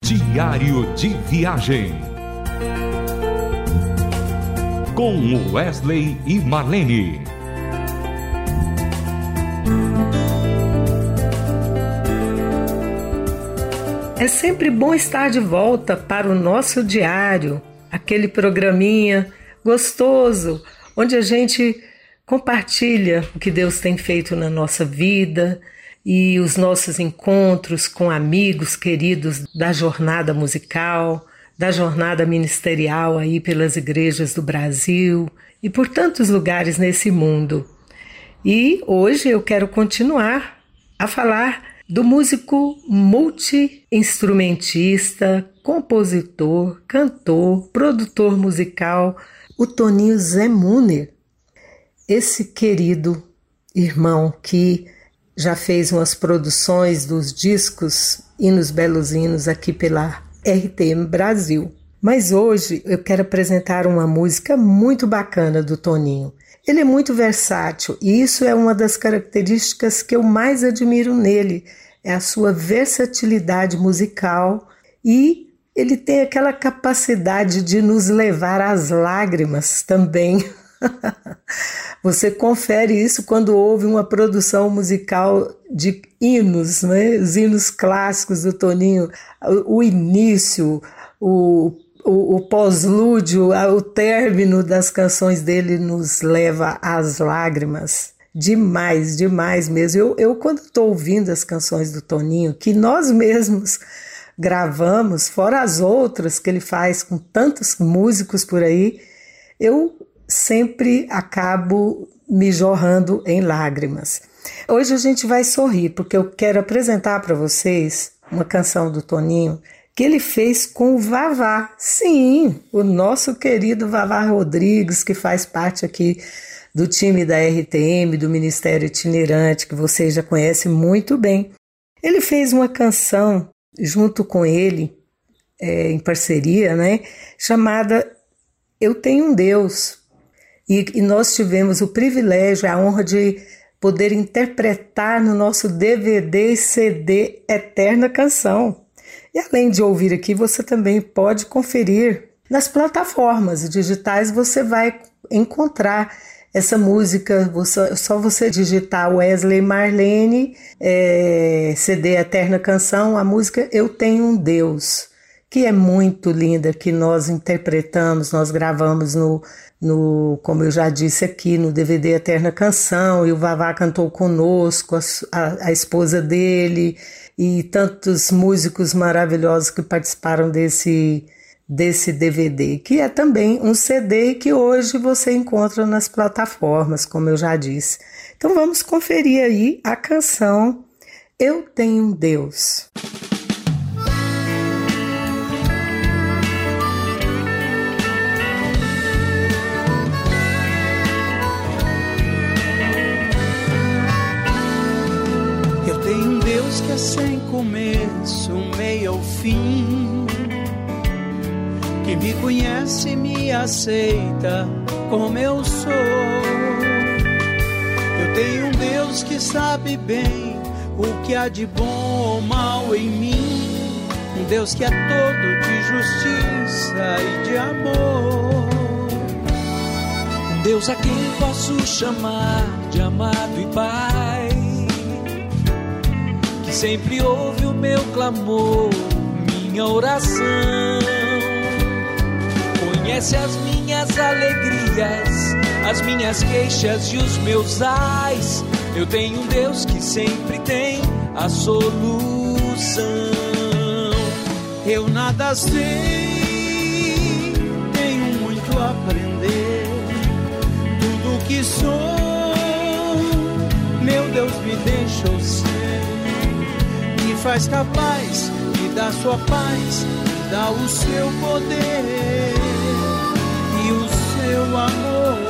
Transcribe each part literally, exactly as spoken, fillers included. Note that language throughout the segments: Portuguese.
Diário de Viagem, com Wesley e Marlene. É sempre bom estar de volta para o nosso diário, aquele programinha gostoso, onde a gente compartilha o que Deus tem feito na nossa vida e os nossos encontros com amigos queridos da jornada musical, da jornada ministerial aí pelas igrejas do Brasil e por tantos lugares nesse mundo. E hoje eu quero continuar a falar do músico multi-instrumentista, compositor, cantor, produtor musical, o Toninho Zé Muner. Esse querido irmão que já fez umas produções dos discos Hinos Belos Hinos aqui pela R T M Brasil. Mas hoje eu quero apresentar uma música muito bacana do Toninho. Ele é muito versátil e isso é uma das características que eu mais admiro nele, é a sua versatilidade musical e ele tem aquela capacidade de nos levar às lágrimas também. Você confere isso quando ouve uma produção musical de hinos, né? Os hinos clássicos do Toninho, o início, o O, o pós-lúdio, o término das canções dele nos leva às lágrimas. Demais, demais mesmo. Eu, eu quando estou ouvindo as canções do Toninho, que nós mesmos gravamos, fora as outras que ele faz com tantos músicos por aí, eu sempre acabo me jorrando em lágrimas. Hoje a gente vai sorrir, porque eu quero apresentar para vocês uma canção do Toninho que ele fez com o Vavá. Sim, o nosso querido Vavá Rodrigues, que faz parte aqui do time da R T M, do Ministério Itinerante, que você já conhece muito bem. Ele fez uma canção junto com ele, é, em parceria, né, chamada Eu Tenho um Deus. E, e nós tivemos o privilégio, a honra de poder interpretar no nosso D V D e C D Eterna Canção. E além de ouvir aqui, você também pode conferir nas plataformas digitais, você vai encontrar essa música, você, só você digitar Wesley Marlene, é, C D Eterna Canção, a música Eu Tenho um Deus, que é muito linda, que nós interpretamos, nós gravamos no, no, como eu já disse aqui, no D V D Eterna Canção, e o Vavá cantou conosco, a, a, a esposa dele, e tantos músicos maravilhosos que participaram desse, desse D V D, que é também um C D que hoje você encontra nas plataformas, como eu já disse. Então vamos conferir aí a canção Eu Tenho um Deus. Que é sem começo, meio ao fim, que me conhece e me aceita como eu sou. Eu tenho um Deus que sabe bem o que há de bom ou mal em mim, um Deus que é todo de justiça e de amor, um Deus a quem posso chamar de amado e Pai, que sempre ouve o meu clamor, minha oração, conhece as minhas alegrias, as minhas queixas e os meus ais. Eu tenho um Deus que sempre tem a solução. Eu nada sei, tenho muito a aprender, tudo que sou, meu Deus me deixou ser, faz capaz, me dá sua paz, me dá o seu poder e o seu amor.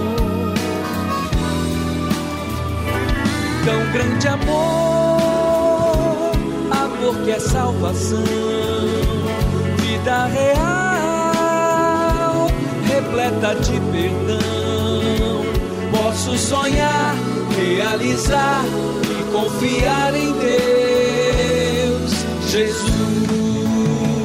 Tão grande amor, amor que é salvação, vida real, repleta de perdão. Posso sonhar, realizar e confiar em Deus, Jesus.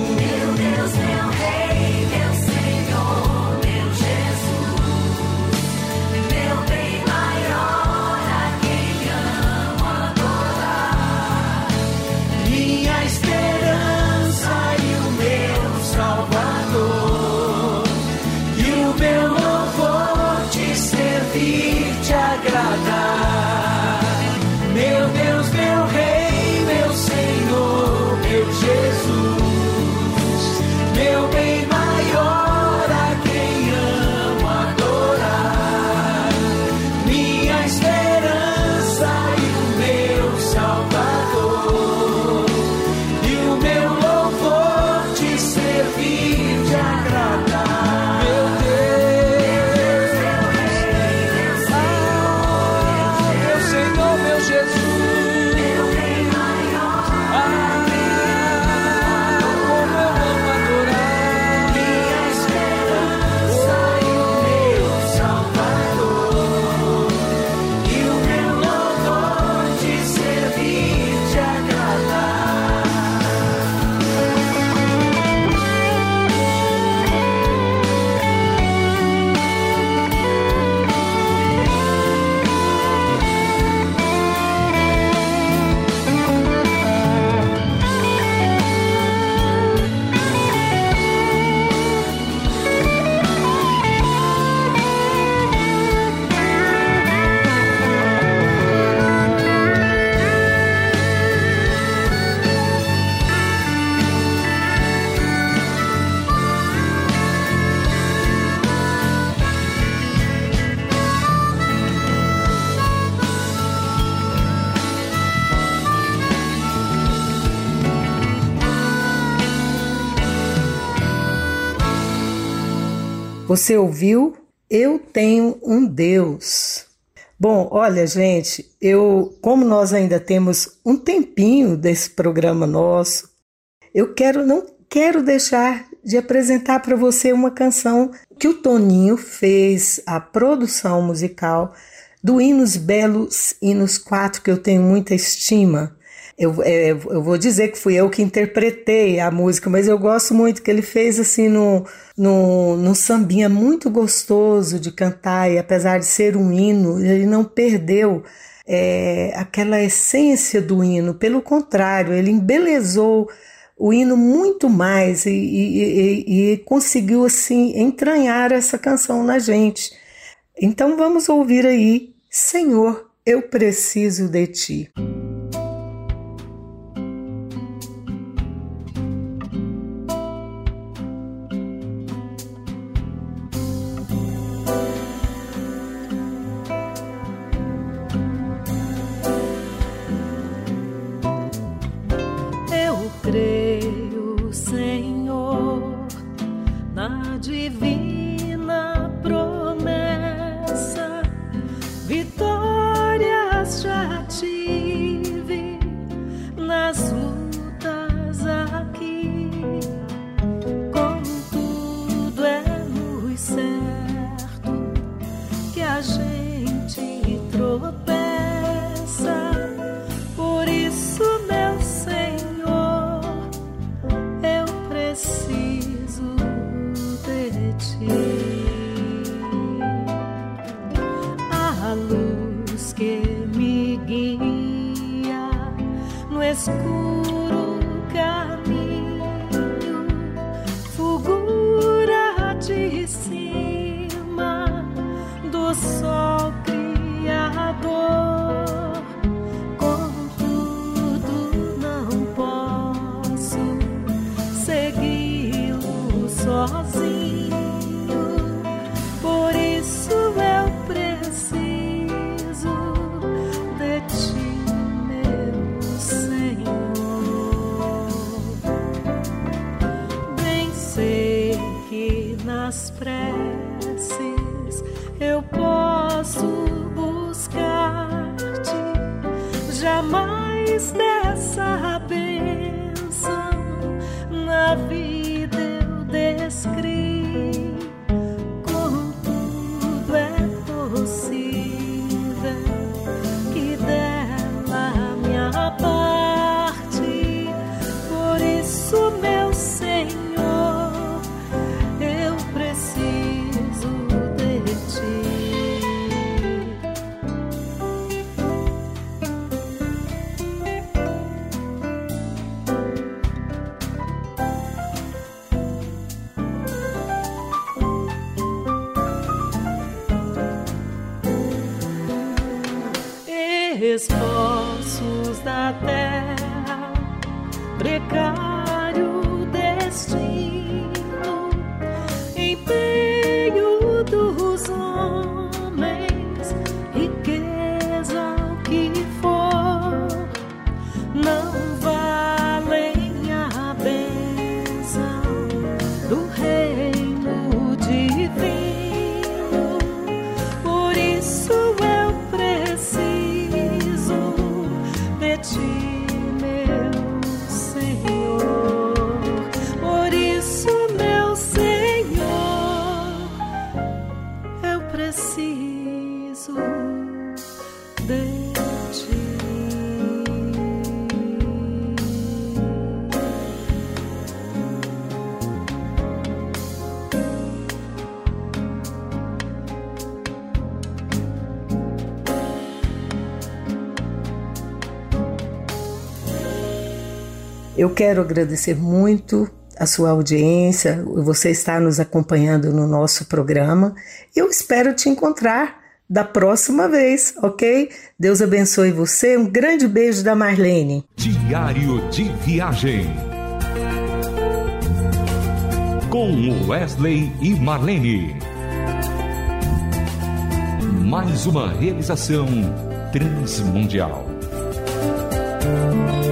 Você ouviu? Eu tenho um Deus. Bom, olha, gente, eu, como nós ainda temos um tempinho desse programa nosso, eu quero, não quero deixar de apresentar para você uma canção que o Toninho fez, a produção musical do Hinos Belos, Hinos quatro, que eu tenho muita estima. Eu, é, eu vou dizer que fui eu que interpretei a música, mas eu gosto muito que ele fez assim no, no, no sambinha muito gostoso de cantar, e apesar de ser um hino, ele não perdeu é, aquela essência do hino, pelo contrário, ele embelezou o hino muito mais e, e, e, e conseguiu assim entranhar essa canção na gente. Então vamos ouvir aí, Senhor, eu preciso de Ti. Divina promessa, vitórias já tive nas lutas aqui. Contudo é muito certo que a gente tropeça. Por isso, meu Senhor, eu preciso a luz que me guia no escuro caminho, fulgura de cima do sol criador. Contudo não posso segui-lo sozinho. Nas preces eu posso buscar-te, jamais dessa bênção na vida eu descrevi. Contudo é possível que dela me aparte, por isso, meu Senhor, esforços da terra, precário destino, empenho dos homens, riqueza o que for, não valem a bênção do reino divino. Por isso eu preciso de Ti, meu Senhor. Por isso, meu Senhor, eu preciso de Ti. Eu quero agradecer muito a sua audiência, você está nos acompanhando no nosso programa. Eu espero te encontrar da próxima vez, ok? Deus abençoe você. Um grande beijo da Marlene. Diário de Viagem com Wesley e Marlene. Mais uma realização Transmundial.